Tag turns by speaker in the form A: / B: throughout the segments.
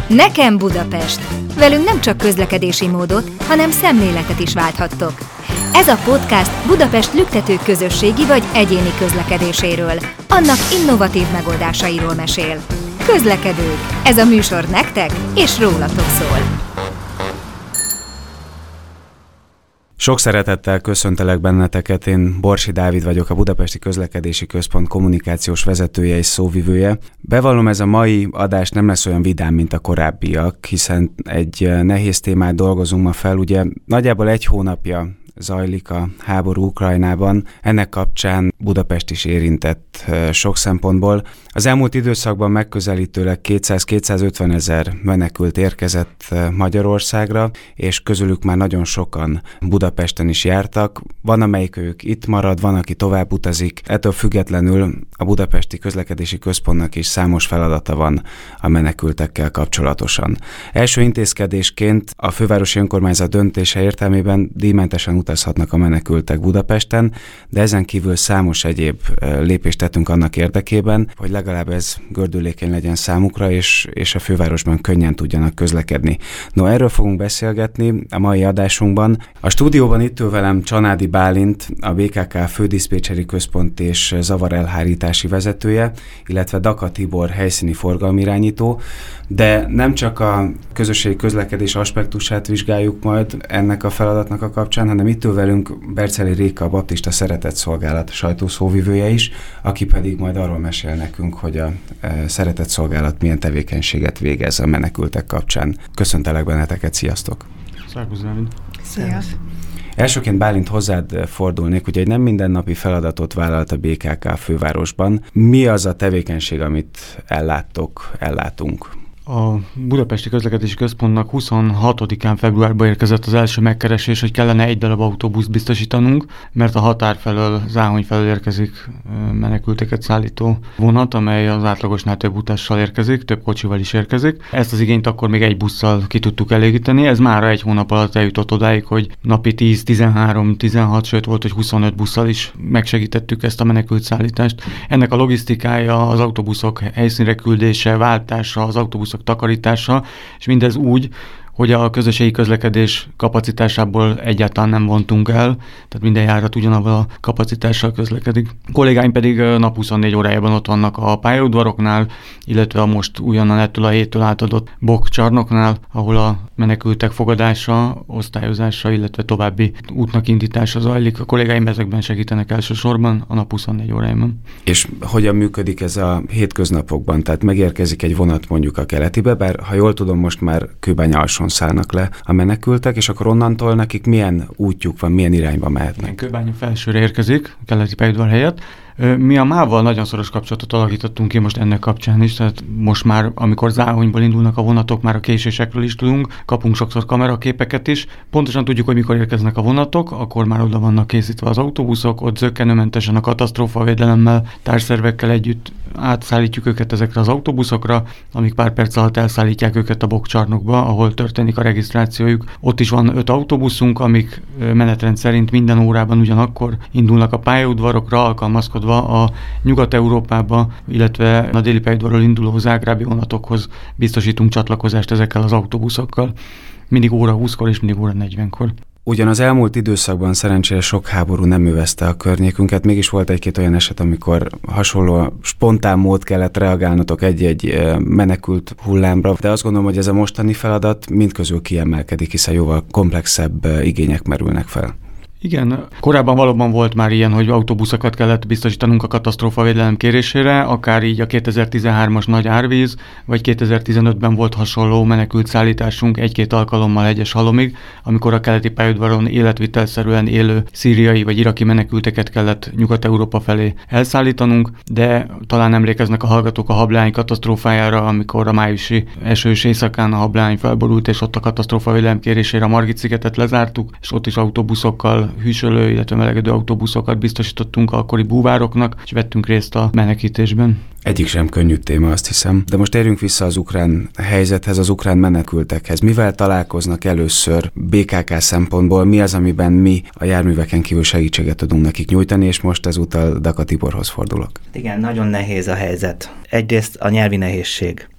A: Nekem Budapest. Velünk nem csak közlekedési módot, hanem szemléletet is válthattok. Ez a podcast Budapest lüktető közösségi vagy egyéni közlekedéséről, annak innovatív megoldásairól mesél. Közlekedők. Ez a műsor nektek és rólatok szól.
B: Sok szeretettel köszöntelek benneteket, én Borsi Dávid vagyok, a Budapesti Közlekedési Központ kommunikációs vezetője és szóvivője. Bevallom, ez a mai adás nem lesz olyan vidám, mint a korábbiak, hiszen egy nehéz témát dolgozunk ma fel. Ugye nagyjából egy hónapja zajlik a háború Ukrajnában, ennek kapcsán Budapest is érintett sok szempontból. Az elmúlt időszakban megközelítőleg 200-250 ezer menekült érkezett Magyarországra, és közülük már nagyon sokan Budapesten is jártak. Van, amelyik ők itt marad, van, aki tovább utazik. Ettől függetlenül a Budapesti Közlekedési Központnak is számos feladata van a menekültekkel kapcsolatosan. Első intézkedésként a fővárosi önkormányzat döntése értelmében díjmentesen utazhatnak a menekültek Budapesten, de ezen kívül számos egyéb lépést tettünk annak érdekében, hogy legalább ez gördülékeny legyen számukra, és a fővárosban könnyen tudjanak közlekedni. No, erről fogunk beszélgetni a mai adásunkban. A stúdióban itt ül velem Csanádi Bálint, a BKK Fődiszpécseri Központ és zavarelhárítási vezetője, illetve Daka Tibor helyszíni forgalmirányító, de nem csak a közösségi közlekedés aspektusát vizsgáljuk majd ennek a feladatnak a kapcsán, hanem itt ül velünk Berceli Réka, a Baptista Szeretett Szolgálat sajtószóvivője is, aki pedig majd arról mesél nekünk, hogy a Szeretett Szolgálat milyen tevékenységet végez a menekültek kapcsán. Köszöntelek benneteket, sziasztok!
C: Szervusz, Dávid!
A: Szia!
B: Elsőként Bálint hozzád fordulnék, ugye egy nem mindennapi feladatot vállalt a BKK a fővárosban. Mi az a tevékenység, amit ellátunk?
C: A Budapesti Közlekedési Központnak 26-án februárban érkezett az első megkeresés, hogy kellene egy darab autóbuszt biztosítanunk, mert a határ felől, Záhony felől érkezik menekülteket szállító vonat, amely az átlagosnál több utassal érkezik, több kocsival is érkezik. Ezt az igényt akkor még egy busszal ki tudtuk elégíteni, ez már egy hónap alatt eljutott odáig, hogy napi 10, 13, 16, sőt volt, hogy 25 busszal is megsegítettük ezt a menekült szállítást. Ennek a logisztikája, az autóbuszok helyszínre küldése, váltása, az autóbuszok takarítása, és mindez úgy, hogy a közösségi közlekedés kapacitásából egyáltalán nem vontunk el, tehát minden járat ugyanabban a kapacitással közlekedik. A kollégáim pedig nap 24 órájában ott vannak a pályaudvaroknál, illetve a most újonnan ettől a héttől átadott BOK csarnoknál, ahol a menekültek fogadása, osztályozása, illetve további útnak indítása zajlik. A kollégáim ezekben segítenek elsősorban a nap 24 órájában. És
B: hogyan működik ez a hétköznapokban? Tehát megérkezik egy vonat mondjuk a Keletibe, bár ha jól tudom, most már Kőbánya-alsón szállnak le a menekültek, és akkor onnantól nekik milyen útjuk van, milyen irányba mehetnek?
C: Kőbánya felsőre érkezik, keleti pályaudvar helyett. Mi a MÁV-val nagyon szoros kapcsolatot alakítottunk ki most ennek kapcsán is, tehát most már, amikor Záhonyból indulnak a vonatok, már a késésekről is tudunk, kapunk sokszor kameraképeket is. Pontosan tudjuk, hogy mikor érkeznek a vonatok, akkor már oda vannak készítve az autóbuszok, ott zökkenőmentesen a katasztrófavédelemmel, társszervekkel együtt átszállítjuk őket ezekre az autóbuszokra, amik pár perc alatt elszállítják őket a BOK csarnokba, ahol történik a regisztrációjuk. Ott is van 5 autóbuszunk, amik menetrend szerint minden órában ugyanakkor indulnak a pályaudvarokra, alkalmazkodva a Nyugat-Európába, illetve a déli pályaudvarról induló zágrábi vonatokhoz biztosítunk csatlakozást ezekkel az autóbuszokkal. Mindig óra 20-kor és mindig óra 40-kor.
B: Ugyan az elmúlt időszakban szerencsére sok háború nem övezte a környékünket, mégis volt egy-két olyan eset, amikor hasonló spontán mód kellett reagálnotok egy-egy menekült hullámra, de azt gondolom, hogy ez a mostani feladat mindközül kiemelkedik, hiszen jóval komplexebb igények merülnek fel.
C: Igen, korábban valóban volt már ilyen, hogy autóbuszokat kellett biztosítanunk a katasztrófavédelem kérésére, akár így a 2013-as nagy árvíz, vagy 2015-ben volt hasonló menekült szállításunk egy-két alkalommal Hegyes-Halomig, amikor a keleti pályaudvaron életvitelszerűen élő szíriai vagy iraki menekülteket kellett Nyugat-Európa felé elszállítanunk, de talán emlékeznek a hallgatók a Hableány katasztrófájára, amikor a májusi esős éjszakán a Hableány felborult, és ott a katasztrófavédelem kérésére a Margit-szigetet lezártuk, és ott is autóbuszokkal hűsölő, illetve melegedő autóbuszokat biztosítottunk akkori búvároknak, és vettünk részt a menekítésben.
B: Egyik sem könnyű téma, azt hiszem. De most térjünk vissza az ukrán helyzethez, az ukrán menekültekhez. Mivel találkoznak először BKK szempontból? Mi az, amiben mi a járműveken kívül segítséget tudunk nekik nyújtani, és most ezúttal Daka Tiborhoz fordulok.
D: Igen, nagyon nehéz a helyzet. Egyrészt a nyelvi nehézség.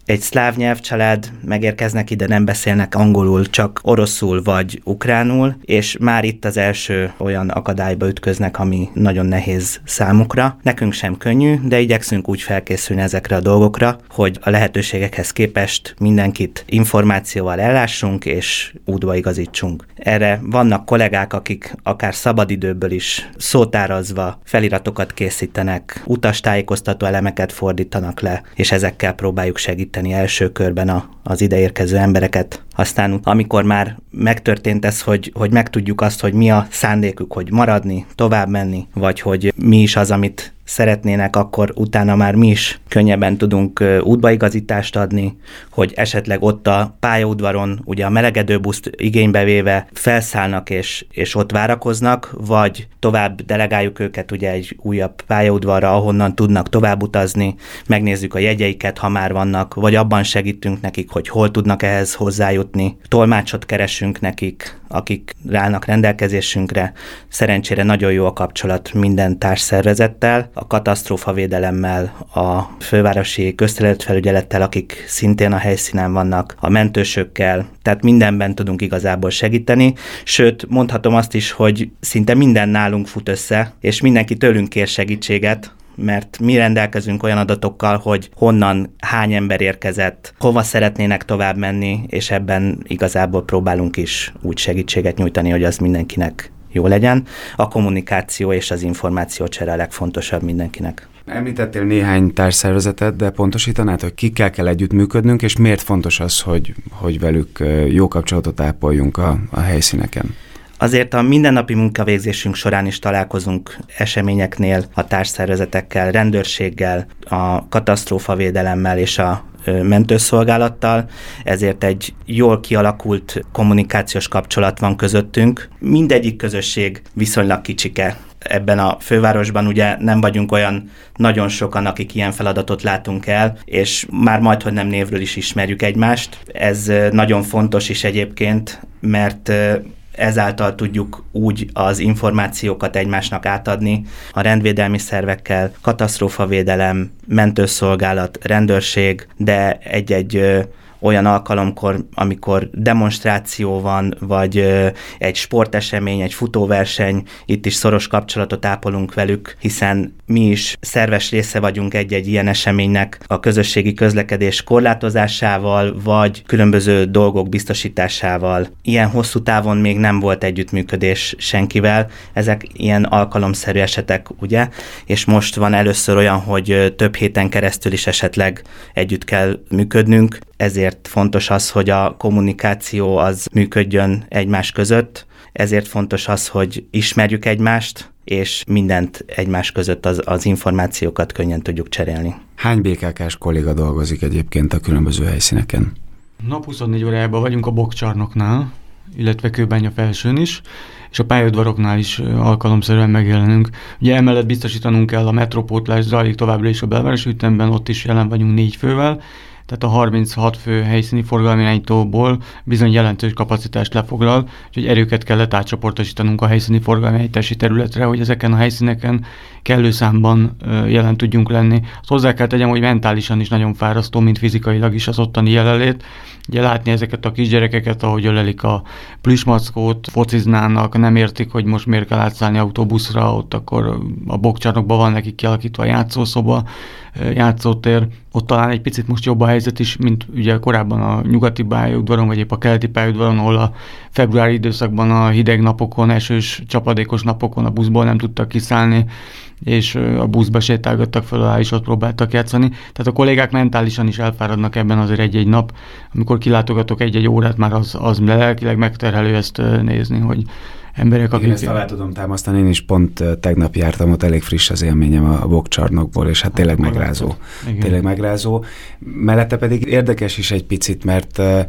D: egy szláv nyelvcsalád, megérkeznek ide, nem beszélnek angolul, csak oroszul vagy ukránul, és már itt az első olyan akadályba ütköznek, ami nagyon nehéz számukra. Nekünk sem könnyű, de igyekszünk úgy felkészülni ezekre a dolgokra, hogy a lehetőségekhez képest mindenkit információval ellássunk, és útba igazítsunk. Erre vannak kollégák, akik akár szabadidőből is szótárazva feliratokat készítenek, utastájékoztató elemeket fordítanak le, és ezekkel próbáljuk segíteni első körben az ideérkező embereket. Aztán amikor már megtörtént ez, hogy megtudjuk azt, hogy mi a szándékuk, hogy maradni, tovább menni, vagy hogy mi is az, amit szeretnének, akkor utána már mi is könnyebben tudunk útbaigazítást adni, hogy esetleg ott a pályaudvaron ugye a melegedőbuszt igénybe véve felszállnak és ott várakoznak, vagy tovább delegáljuk őket ugye egy újabb pályaudvarra, ahonnan tudnak tovább utazni, megnézzük a jegyeiket, ha már vannak, vagy abban segítünk nekik, hogy hol tudnak ehhez hozzájutni. Tolmácsot keresünk nekik, akik állnak rendelkezésünkre. Szerencsére nagyon jó a kapcsolat minden társszervezettel, a katasztrófavédelemmel, a fővárosi közterületfelügyelettel, akik szintén a helyszínen vannak, a mentősökkel, tehát mindenben tudunk igazából segíteni, sőt mondhatom azt is, hogy szinte minden nálunk fut össze, és mindenki tőlünk kér segítséget, mert mi rendelkezünk olyan adatokkal, hogy honnan hány ember érkezett, hova szeretnének tovább menni, és ebben igazából próbálunk is úgy segítséget nyújtani, hogy az mindenkinek jó legyen. A kommunikáció és az információcsere a legfontosabb mindenkinek.
B: Említettél néhány társszervezetet, de pontosítanád, hogy kikkel kell együttműködnünk, és miért fontos az, hogy velük jó kapcsolatot ápoljunk a helyszíneken?
D: Azért a mindennapi munkavégzésünk során is találkozunk eseményeknél a társszervezetekkel, rendőrséggel, a katasztrófavédelemmel és a mentőszolgálattal, ezért egy jól kialakult kommunikációs kapcsolat van közöttünk. Mindegyik közösség viszonylag kicsike. Ebben a fővárosban ugye nem vagyunk olyan nagyon sokan, akik ilyen feladatot látunk el, és már majdhogy nem névről is ismerjük egymást. Ez nagyon fontos is egyébként, mert ezáltal tudjuk úgy az információkat egymásnak átadni a rendvédelmi szervekkel, katasztrófavédelem, mentőszolgálat, rendőrség, de egy-egy olyan alkalomkor, amikor demonstráció van, vagy egy sportesemény, egy futóverseny, itt is szoros kapcsolatot ápolunk velük, hiszen mi is szerves része vagyunk egy-egy ilyen eseménynek a közösségi közlekedés korlátozásával, vagy különböző dolgok biztosításával. Ilyen hosszú távon még nem volt együttműködés senkivel, ezek ilyen alkalomszerű esetek, ugye, és most van először olyan, hogy több héten keresztül is esetleg együtt kell működnünk, ezért fontos az, hogy a kommunikáció az működjön egymás között, ezért fontos az, hogy ismerjük egymást, és mindent egymás között az információkat könnyen tudjuk cserélni.
B: Hány BKK-s kolléga dolgozik egyébként a különböző helyszíneken?
C: Nap 24 órájában vagyunk a Bokcsarnoknál, illetve Kőbánya felsőn is, és a pályaudvaroknál is alkalomszerűen megjelenünk. Ugye emellett biztosítanunk kell a metrópótlás, zajlik továbbra is a belvárosi ütemben, ott is jelen vagyunk 4 fővel, tehát a 36 fő helyszíni forgalmirányítóból bizony jelentős kapacitást lefoglal, úgyhogy erőket kellett átcsoportosítanunk a helyszíni forgalmirányítási területre, hogy ezeken a helyszíneken kellő számban jelen tudjunk lenni. Azt hozzá kell tegyem, hogy mentálisan is nagyon fárasztó, mint fizikailag is az ottani jelenlét. Ugye látni ezeket a kisgyerekeket, ahogy ölelik a plüsmackót, fociznának, nem értik, hogy most miért kell átszállni autóbuszra, ott akkor a Bokcsarnokban van nekik kialakítva a játszószoba, játszótér. Ott talán egy picit most jobb a helyzet is, mint ugye korábban a nyugati pályaudvaron, vagy épp a keleti pályaudvaron, ahol a februári időszakban a hideg napokon, esős, csapadékos napokon a buszból nem tudtak kiszállni, és a buszba sétálgattak fel alá, és ott próbáltak játszani. Tehát a kollégák mentálisan is elfáradnak ebben azért egy-egy nap. Amikor kilátogatok egy-egy órát, már az lelkileg megterhelő ezt nézni, hogy emberek, akik...
B: Én ezt alá tudom támasztani, én is pont tegnap jártam, ott elég friss az élményem a Bokcsarnokból, és hát tényleg megrázó. Tényleg megrázó. Mellette pedig érdekes is egy picit, mert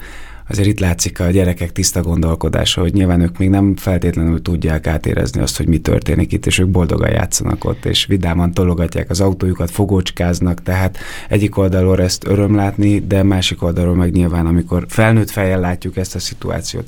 B: Azért itt látszik a gyerekek tiszta gondolkodása, hogy nyilván ők még nem feltétlenül tudják átérezni azt, hogy mi történik itt, és ők boldogan játszanak ott, és vidáman tologatják az autójukat, fogócskáznak, tehát egyik oldalról ezt öröm látni, de másik oldalról meg nyilván, amikor felnőtt fejjel látjuk ezt a szituációt,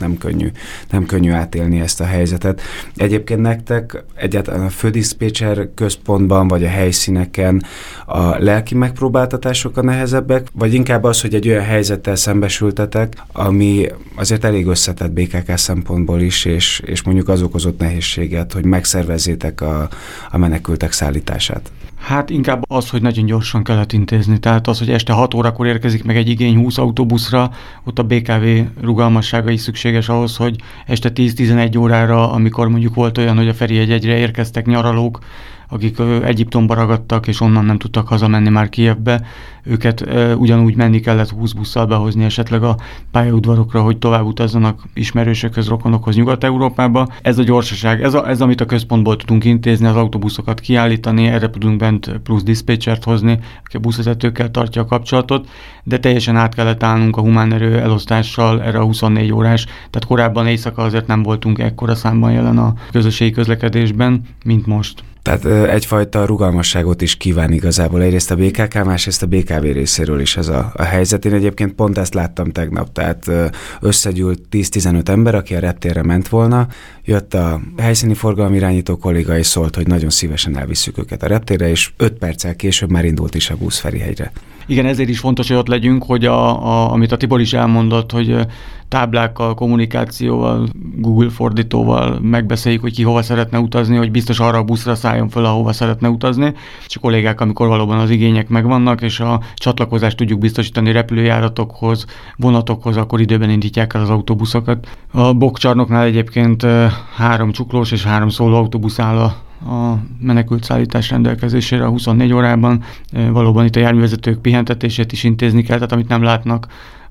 B: nem könnyű átélni ezt a helyzetet. Egyébként nektek egyáltalán a fődiszpécser központban, vagy a helyszíneken a lelki megpróbáltatások a nehezebbek, vagy inkább az, hogy egy olyan helyzettel szembesültetek, ami azért elég összetett BKK szempontból is, és mondjuk az okozott nehézséget, hogy megszervezzétek a menekültek szállítását?
C: Hát inkább az, hogy nagyon gyorsan kellett intézni. Tehát az, hogy este 6 órakor érkezik meg egy igény 20 autóbuszra, ott a BKV rugalmassága is szükséges ahhoz, hogy este 10-11 órára, amikor mondjuk volt olyan, hogy a Ferihegyre érkeztek nyaralók, akik Egyiptomba ragadtak, és onnan nem tudtak hazamenni már Kijevbe, őket ugyanúgy menni kellett 20 busszal behozni esetleg a pályaudvarokra, hogy tovább utazzanak ismerősökhöz, rokonokhoz Nyugat-Európába. Ez a gyorsaság, ez amit a központból tudunk intézni, az autóbuszokat kiállítani, erre tudunk bent plusz diszpécsert hozni, aki a buszvezetőkkel tartja a kapcsolatot, de teljesen át kellett állnunk a humánerő elosztással erre a 24 órás, tehát korábban éjszaka azért nem voltunk ekkora számban jelen a közösségi közlekedésben, mint most.
B: Tehát egyfajta rugalmasságot is kíván igazából egyrészt a BKK, másrészt a BKV részéről is ez a helyzet. Én egyébként pont ezt láttam tegnap, tehát összegyűlt 10-15 ember, aki a reptérre ment volna, jött a helyszíni forgalomirányító kolléga és szólt, hogy nagyon szívesen elvisszük őket a reptérre, és 5 perccel később már indult is a busz Ferihegyre.
C: Igen, ezért is fontos, hogy ott legyünk, hogy amit a Tibor is elmondott, hogy táblákkal, kommunikációval, Google fordítóval megbeszéljük, hogy ki hova szeretne utazni, hogy biztos arra a buszra szálljon föl, ahova szeretne utazni. És a kollégák, amikor valóban az igények megvannak, és a csatlakozást tudjuk biztosítani repülőjáratokhoz, vonatokhoz, akkor időben indítják el az autóbuszokat. A Bokcsarnoknál egyébként 3 csuklós és 3 szóló autóbusz áll a menekült szállítás rendelkezésére a 24 órában. Valóban itt a járművezetők pihentetését is intézni kell, tehát amit nem látnak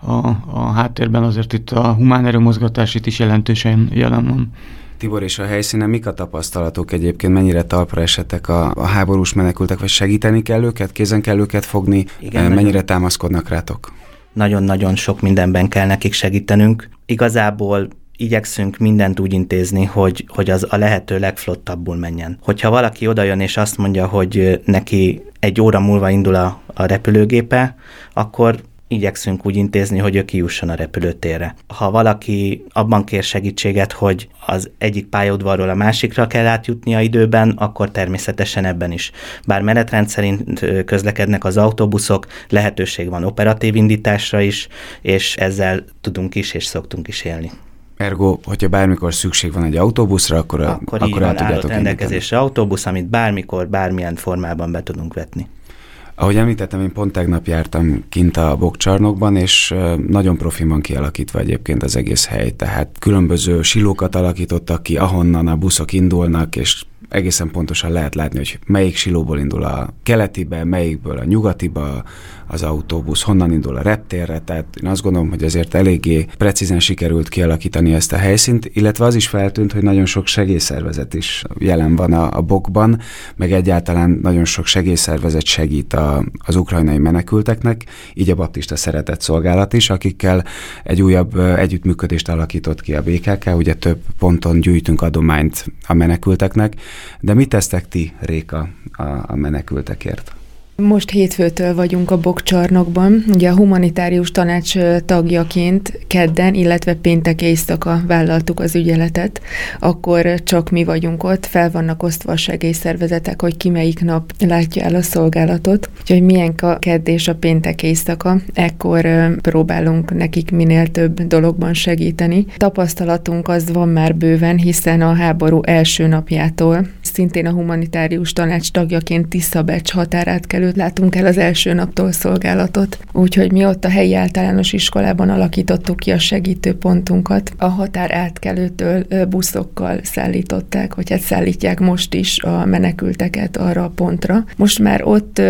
C: a háttérben, azért itt a humán erőmozgatás itt is jelentősen jelen van.
B: Tibor, és a helyszínen mik a tapasztalatok egyébként? Mennyire talpra esettek a háborús menekültek, vagy segíteni kell őket, kézen kell őket fogni? Igen, mennyire támaszkodnak rátok?
D: Nagyon-nagyon sok mindenben kell nekik segítenünk. Igazából igyekszünk mindent úgy intézni, hogy az a lehető legflottabbul menjen. Hogyha valaki odajön és azt mondja, hogy neki 1 óra múlva indul a repülőgépe, akkor igyekszünk úgy intézni, hogy ő kijusson a repülőtérre. Ha valaki abban kér segítséget, hogy az egyik pályaudvarról a másikra kell átjutnia időben, akkor természetesen ebben is. Bár menetrend szerint közlekednek az autóbuszok, lehetőség van operatív indításra is, és ezzel tudunk is és szoktunk is élni.
B: Ergo, hogyha bármikor szükség van egy autóbuszra, akkor el tudjátok
D: rendelkezésre autóbusz, amit bármikor, bármilyen formában be tudunk vetni.
B: Ahogy említettem, én pont tegnap jártam kint a Bokcsarnokban, és nagyon profin van kialakítva egyébként az egész hely, tehát különböző silókat alakítottak ki, ahonnan a buszok indulnak, és egészen pontosan lehet látni, hogy melyik silóból indul a keletibe, melyikből a nyugatiba az autóbusz, honnan indul a reptérre, tehát én azt gondolom, hogy azért eléggé precízen sikerült kialakítani ezt a helyszínt, illetve az is feltűnt, hogy nagyon sok segélyszervezet is jelen van a Bokban, meg egyáltalán nagyon sok segélyszervezet segít az ukrajnai menekülteknek, így a Baptista Szeretett Szolgálat is, akikkel egy újabb együttműködést alakított ki a BKK, ugye több ponton gyűjtünk adományt a menekülteknek, de mit tesztek ti, Réka, a menekültekért?
E: Most hétfőtől vagyunk a Bokcsarnokban. Ugye a humanitárius tanács tagjaként kedden, illetve péntek éjszaka vállaltuk az ügyeletet, akkor csak mi vagyunk ott, fel vannak osztva a segélyszervezetek, hogy ki melyik nap látja el a szolgálatot. Úgyhogy milyen a kedd és a péntek éjszaka, ekkor próbálunk nekik minél több dologban segíteni. Tapasztalatunk az van már bőven, hiszen a háború első napjától szintén a humanitárius tanács tagjaként Tiszabecs határátkelőt látunk el az első naptól szolgálatot. Úgyhogy mi ott a helyi általános iskolában alakítottuk ki a segítőpontunkat. A határátkelőtől buszokkal szállították, vagy hát szállítják most is a menekülteket arra a pontra. Most már ott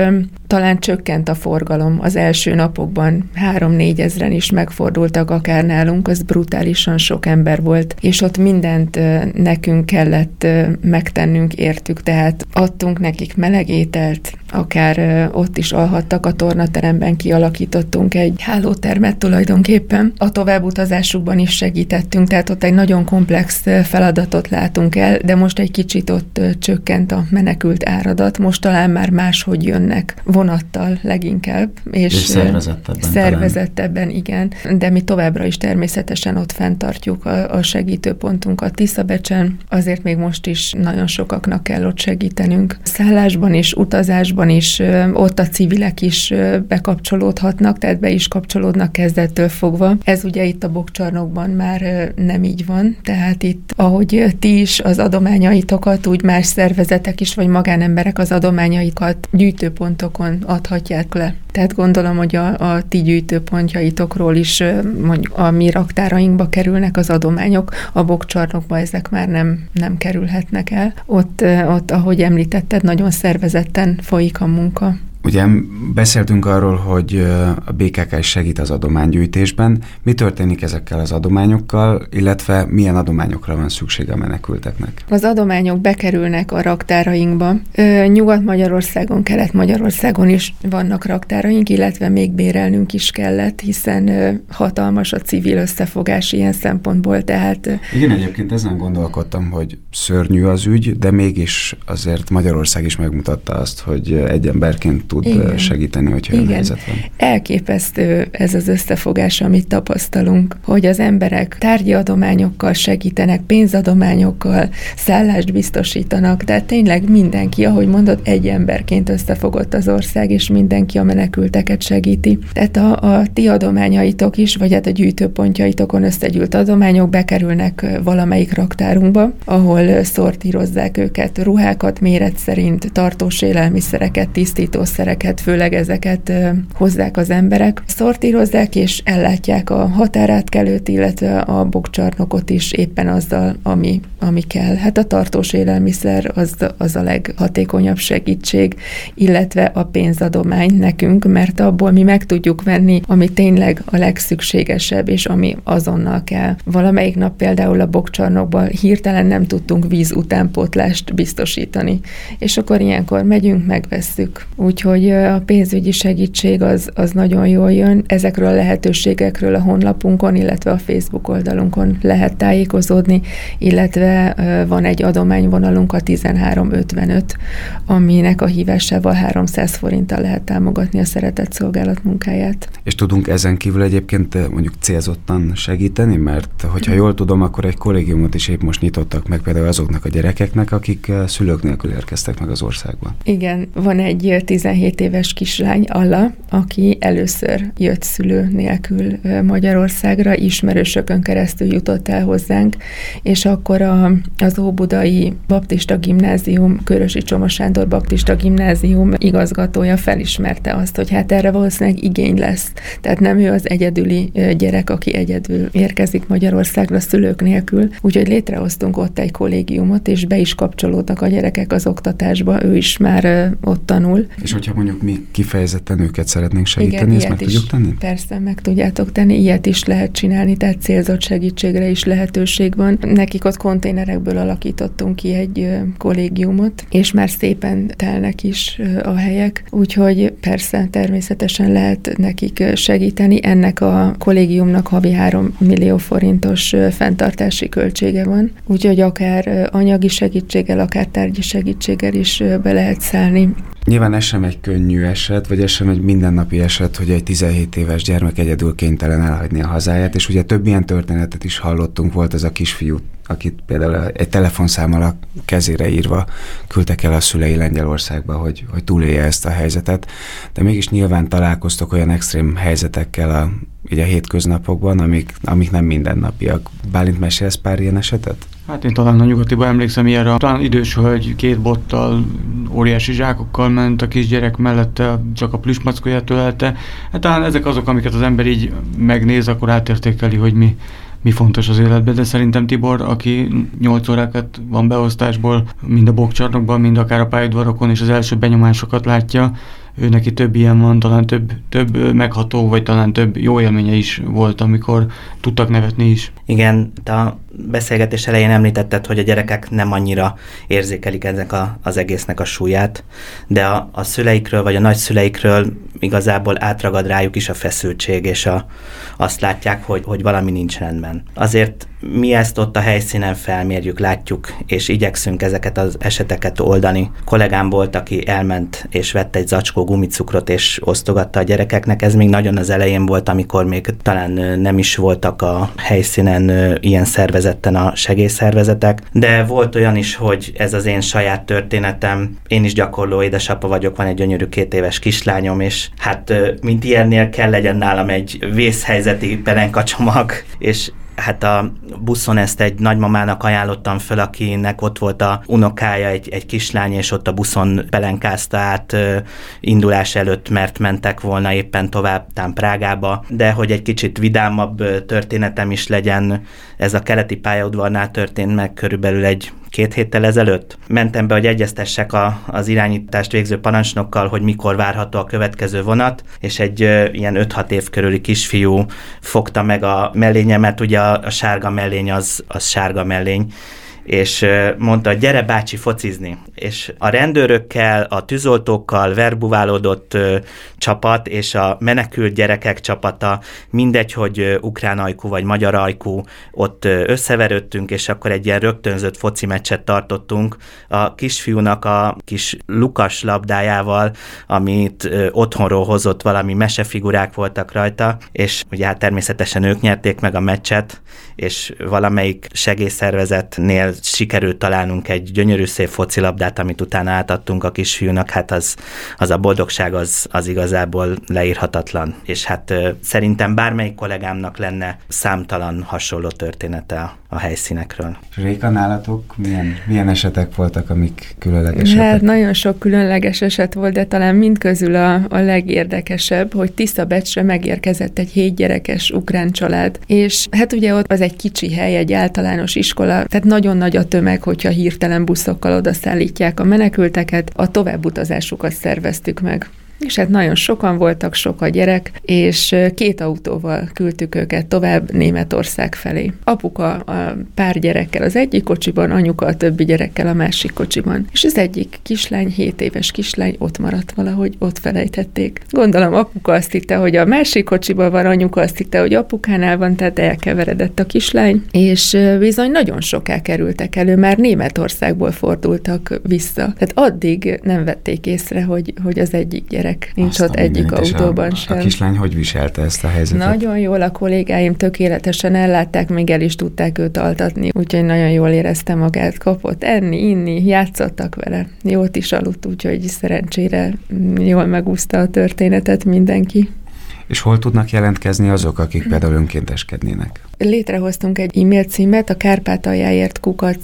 E: talán csökkent a forgalom. Az első napokban 3-4 ezren is megfordultak akár nálunk, az brutálisan sok ember volt, és ott mindent nekünk kellett megtennünk értük, tehát adtunk nekik meleg ételt, akár ott is alhattak a tornateremben, kialakítottunk egy hálótermet tulajdonképpen. A továbbutazásukban is segítettünk, tehát ott egy nagyon komplex feladatot látunk el, de most egy kicsit ott csökkent a menekült áradat, most talán már máshogy jönnek, vonattal leginkább.
B: És
E: szervezettebben, igen. De mi továbbra is természetesen ott fenntartjuk a segítőpontunkat Tiszabecsen, azért még most is nagyon sokaknak kell ott segítenünk. Szállásban is, utazásban is, ott a civilek is bekapcsolódhatnak, tehát be is kapcsolódnak kezdettől fogva. Ez ugye itt a Bokcsarnokban már nem így van, tehát itt, ahogy ti is az adományaitokat, úgy más szervezetek is, vagy magánemberek az adományaikat gyűjtőpontokon adhatják le. Tehát gondolom, hogy a ti gyűjtőpontjaitokról is mondjuk a mi raktárainkba kerülnek az adományok, a Bokcsarnokba ezek már nem kerülhetnek el. Ott, ahogy említetted, nagyon szervezetten folyik a munka.
B: Ugye beszéltünk arról, hogy a BKK is segít az adománygyűjtésben. Mi történik ezekkel az adományokkal, illetve milyen adományokra van szüksége a menekülteknek?
E: Az adományok bekerülnek a raktárainkba. Nyugat-Magyarországon, Kelet-Magyarországon is vannak raktáraink, illetve még bérelnünk is kellett, hiszen hatalmas a civil összefogás ilyen szempontból, tehát...
B: Igen, egyébként ezen gondolkodtam, hogy szörnyű az ügy, de mégis azért Magyarország is megmutatta azt, hogy egy emberként tud segíteni, hogyha olyan helyzet van.
E: Elképesztő ez az összefogás, amit tapasztalunk, hogy az emberek tárgyi adományokkal segítenek, pénzadományokkal, szállást biztosítanak, tehát tényleg mindenki, ahogy mondod, egy emberként összefogott az ország, és mindenki a menekülteket segíti. Tehát a ti adományaitok is, vagy hát a gyűjtőpontjaitokon összegyűlt adományok bekerülnek valamelyik raktárunkba, ahol szortírozzák őket, ruhákat méret szerint, tartós élelmiszereket, tisztítószereket, főleg ezeket hozzák az emberek. Szortírozzák és ellátják a határátkelőt, illetve a Bokcsarnokot is éppen azzal, ami kell. Hát a tartós élelmiszer az a leghatékonyabb segítség, illetve a pénzadomány nekünk, mert abból mi meg tudjuk venni, ami tényleg a legszükségesebb, és ami azonnal kell. Valamelyik nap például a Bokcsarnokban hirtelen nem tudtunk víz utánpótlást biztosítani, és akkor ilyenkor megyünk, megvesszük. Úgyhogy a pénzügyi segítség az nagyon jól jön. Ezekről a lehetőségekről a honlapunkon, illetve a Facebook oldalunkon lehet tájékozódni, illetve van egy adományvonalunk, a 1355, aminek a hívásával 300 forinttal lehet támogatni a Szeretett Szolgálat munkáját.
B: És tudunk ezen kívül egyébként mondjuk célzottan segíteni, mert hogyha jól tudom, akkor egy kollégiumot is épp most nyitottak meg például azoknak a gyerekeknek, akik szülők nélkül érkeztek meg az országba.
E: Igen, van egy 17 éves kislány, Alla, aki először jött szülő nélkül Magyarországra, ismerősökön keresztül jutott el hozzánk, és akkor az Óbudai Baptista Gimnázium, Körösi Csoma Sándor Baptista Gimnázium igazgatója felismerte azt, hogy hát erre valószínűleg igény lesz. Tehát nem ő az egyedüli gyerek, aki egyedül érkezik Magyarországra szülők nélkül, úgyhogy létrehoztunk ott egy kollégiumot, és be is kapcsolódtak a gyerekek az oktatásba, ő is már ott tanul.
B: És hogyha mondjuk mi kifejezetten őket szeretnénk segíteni, igen, ezt meg tudjuk tenni?
E: Persze, meg tudjátok tenni, ilyet is lehet csinálni, tehát célzott segítségre is lehetőség van. Nekik ott konténerekből alakítottunk ki egy kollégiumot, és már szépen telnek is a helyek, úgyhogy persze, természetesen lehet nekik segíteni. Ennek a kollégiumnak havi 3 millió forintos fenntartási költsége van, úgyhogy akár anyagi segítséggel, akár tárgyi segítséggel is be lehet szállni.
B: Nyilván ez sem egy könnyű eset, vagy ez sem egy mindennapi eset, hogy egy 17 éves gyermek egyedül kénytelen elhagyni a hazáját, és ugye több ilyen történetet is hallottunk, volt ez a kisfiú, akit például egy telefonszámmal a kezére írva küldtek el a szülei Lengyelországba, hogy túlélje ezt a helyzetet, de mégis nyilván találkoztok olyan extrém helyzetekkel így a hétköznapokban, amik nem mindennapiak. Bálint, mesélsz pár ilyen esetet?
C: Hát én talán a Nyugatiba emlékszem ilyenre. Talán idős hölgy 2 bottal, óriási zsákokkal ment, a kisgyerek mellette csak a plüsmackóját ölelte. Hát talán ezek azok, amiket az ember így megnéz, akkor átértékeli, hogy mi fontos az életben, de szerintem Tibor, aki 8 órákat van beosztásból, mind a Bokcsarnokban, mind akár a pályaudvarokon, és az első benyomásokat látja, ő neki több ilyen van, talán több megható, vagy talán több jó élménye is volt, amikor tudtak nevetni is.
D: Igen, a beszélgetés elején említetted, hogy a gyerekek nem annyira érzékelik ennek az egésznek a súlyát, de a szüleikről vagy a nagyszüleikről igazából átragad rájuk is a feszültség, és azt látják, hogy valami nincs rendben. Azért mi ezt ott a helyszínen felmérjük, látjuk, és igyekszünk ezeket az eseteket oldani. Kollégám volt, aki elment és vett egy zacskó gumicukrot, és osztogatta a gyerekeknek. Ez még nagyon az elején volt, amikor még talán nem is voltak a helyszínen ilyen szervezetten a segélyszervezetek, de volt olyan is, hogy ez az én saját történetem. Én is gyakorló édesapa vagyok, van egy gyönyörű 2 éves kislányom, és hát mint ilyennél kell legyen nálam egy vészhelyzeti pelenkacsomag, és hát a buszon ezt egy nagymamának ajánlottam föl, akinek ott volt a unokája, egy kislány, és ott a buszon pelenkázta át indulás előtt, mert mentek volna éppen tovább Prágába. De hogy egy kicsit vidámabb történetem is legyen, ez a keleti pályaudvarnál történt meg körülbelül 2 héttel ezelőtt. Mentem be, hogy egyeztessek az irányítást végző parancsnokkal, hogy mikor várható a következő vonat, és egy ilyen 5-6 év körüli kisfiú fogta meg a mellényemet, ugye a sárga mellény az sárga mellény, és mondta, gyere bácsi focizni. És a rendőrökkel, a tűzoltókkal verbuválódott csapat, és a menekült gyerekek csapata, mindegy, hogy ukrán ajkú vagy magyar ajkú, ott összeverődtünk, és akkor egy ilyen rögtönzött foci meccset tartottunk a kisfiúnak a kis lukas labdájával, amit otthonról hozott, valami mesefigurák voltak rajta, és ugye hát természetesen ők nyerték meg a meccset, és valamelyik segélyszervezetnél sikerült találnunk egy gyönyörű szép focilabdát, amit utána átadtunk a kisfiúnak, hát az a boldogság az igazából leírhatatlan. És hát szerintem bármelyik kollégámnak lenne számtalan hasonló története a helyszínekről.
B: Réka, nálatok milyen esetek voltak, amik különlegesek?
E: Hát nagyon sok különleges eset volt, de talán mindközül a legérdekesebb, hogy Tiszabecsre megérkezett egy 7 gyerekes ukrán család, és hát ugye ott az egy kicsi hely, egy általános iskola, tehát nagyon nagy a tömeg, hogyha hirtelen buszokkal oda szállítják a menekülteket, a továbbutazásukat szerveztük meg. És hát nagyon sokan voltak, sok a gyerek, és 2 autóval küldtük őket tovább Németország felé. Apuka a pár gyerekkel az egyik kocsiban, anyuka a többi gyerekkel a másik kocsiban. És az egyik kislány, 7 éves kislány ott maradt valahogy, ott felejtették. Gondolom apuka azt hitte, hogy a másik kocsiban van, anyuka azt hitte, hogy apukánál van, tehát elkeveredett a kislány, és bizony nagyon soká kerültek elő, már Németországból fordultak vissza. Tehát addig nem vették észre, hogy az egyik gyerek nincs ott egyik autóban sem.
B: A kislány hogy viselte ezt a helyzetet?
E: Nagyon jól, a kollégáim tökéletesen ellátták, még el is tudták őt altatni, úgyhogy nagyon jól érezte magát, kapott enni, inni, játszottak vele. Jót is aludt, úgyhogy szerencsére jól megúszta a történetet mindenki.
B: És hol tudnak jelentkezni azok, akik például önkénteskednének?
E: Létrehoztunk egy e-mail címet, a Kárpátaljáért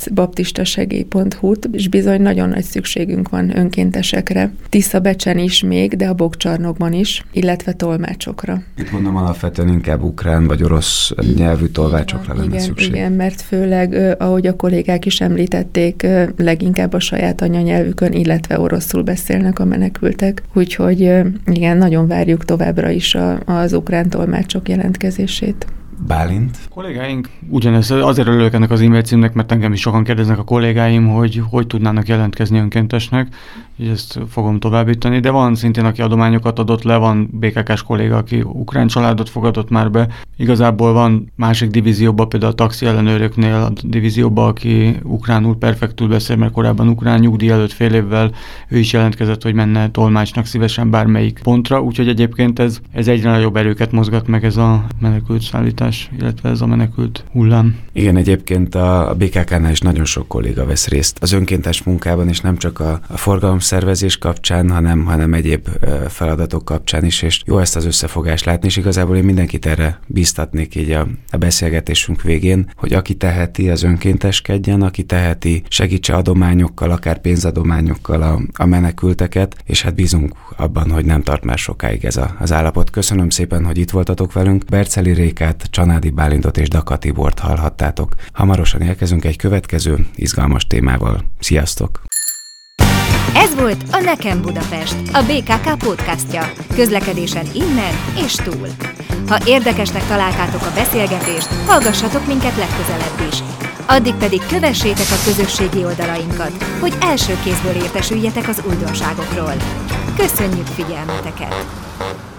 E: @baptistasegély.hu-t, és bizony nagyon nagy szükségünk van önkéntesekre. Tiszabecsen is még, de a Bokcsarnokban is, illetve tolmácsokra.
B: Itt mondom, alapvetően inkább ukrán vagy orosz nyelvű tolmácsokra lenne szükség.
E: Igen, mert főleg, ahogy a kollégák is említették, leginkább a saját anyanyelvükön, illetve oroszul beszélnek a menekültek. Úgyhogy igen, nagyon várjuk továbbra is az ukrán tolmácsok jelentkezését.
B: Bálint?
C: A kollégáink ugyanez, azért örülök ennek az e-mail címnek, mert engem is sokan kérdeznek a kollégáim, hogy tudnának jelentkezni önkéntesnek, így ezt fogom továbbítani, de van szintén, aki adományokat adott le, van BKK-s kolléga, aki ukrán családot fogadott már be. Igazából van másik divízióban, például a taxi ellenőröknél a divízióban, aki ukránul perfektul beszél, mert korábban ukrán nyugdíj előtt fél évvel ő is jelentkezett, hogy menne tolmácsnak szívesen bármelyik pontra, úgyhogy egyébként ez egyre nagyobb erőket mozgat meg ez a menekült szállítás, illetve ez a menekült hullám.
B: Igen, egyébként a BKK-nál is nagyon sok kolléga vesz részt az önkéntes munkában, és nem csak a forgalomszervezés kapcsán, hanem egyéb feladatok kapcsán is, és jó ezt az összefogást látni, és igazából én mindenkit erre bíztatnék így a beszélgetésünk végén, hogy aki teheti, az önkénteskedjen, aki teheti, segítse adományokkal, akár pénzadományokkal a menekülteket, és hát bízunk abban, hogy nem tart már sokáig ez az állapot. Köszönöm szépen, hogy itt voltatok velünk. Berceli Rékát, Csanádi Bálintot és Daka Tibort hallhattátok. Hamarosan érkezünk egy következő izgalmas témával. Sziasztok!
A: Ez volt a Nekem Budapest, a BKK podcastja, közlekedésen innen és túl. Ha érdekesnek találtátok a beszélgetést, hallgassatok minket legközelebb is. Addig pedig kövessétek a közösségi oldalainkat, hogy első kézből értesüljetek az újdonságokról. Köszönjük figyelmeteket!